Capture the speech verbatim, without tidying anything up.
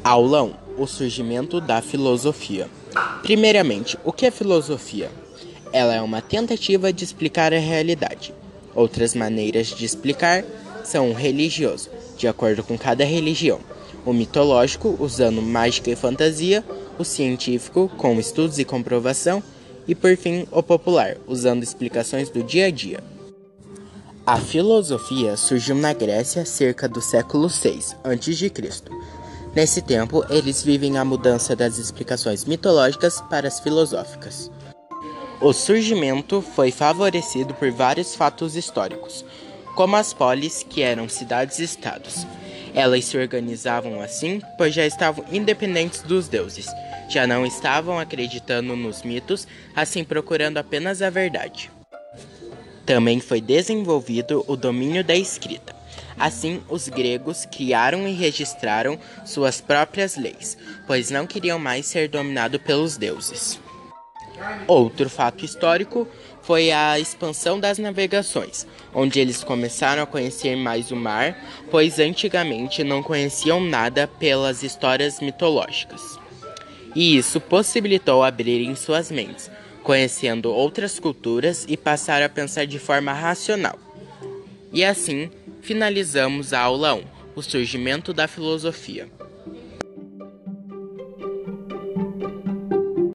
Aula um. O surgimento da filosofia. Primeiramente, o que é filosofia? Ela é uma tentativa de explicar a realidade. Outras maneiras de explicar são o religioso, de acordo com cada religião, o mitológico, usando mágica e fantasia, o científico, com estudos e comprovação, e por fim, o popular, usando explicações do dia a dia. A filosofia surgiu na Grécia cerca do século seis antes de Cristo Nesse tempo, eles vivem a mudança das explicações mitológicas para as filosóficas. O surgimento foi favorecido por vários fatos históricos, como as polis, que eram cidades-estados. Elas se organizavam assim, pois já estavam independentes dos deuses, já não estavam acreditando nos mitos, assim procurando apenas a verdade. Também foi desenvolvido o domínio da escrita. Assim, os gregos criaram e registraram suas próprias leis, pois não queriam mais ser dominados pelos deuses. Outro fato histórico foi a expansão das navegações, onde eles começaram a conhecer mais o mar, pois antigamente não conheciam nada pelas histórias mitológicas. E isso possibilitou abrirem suas mentes, conhecendo outras culturas e passar a pensar de forma racional. E assim, finalizamos a aula um, o surgimento da filosofia.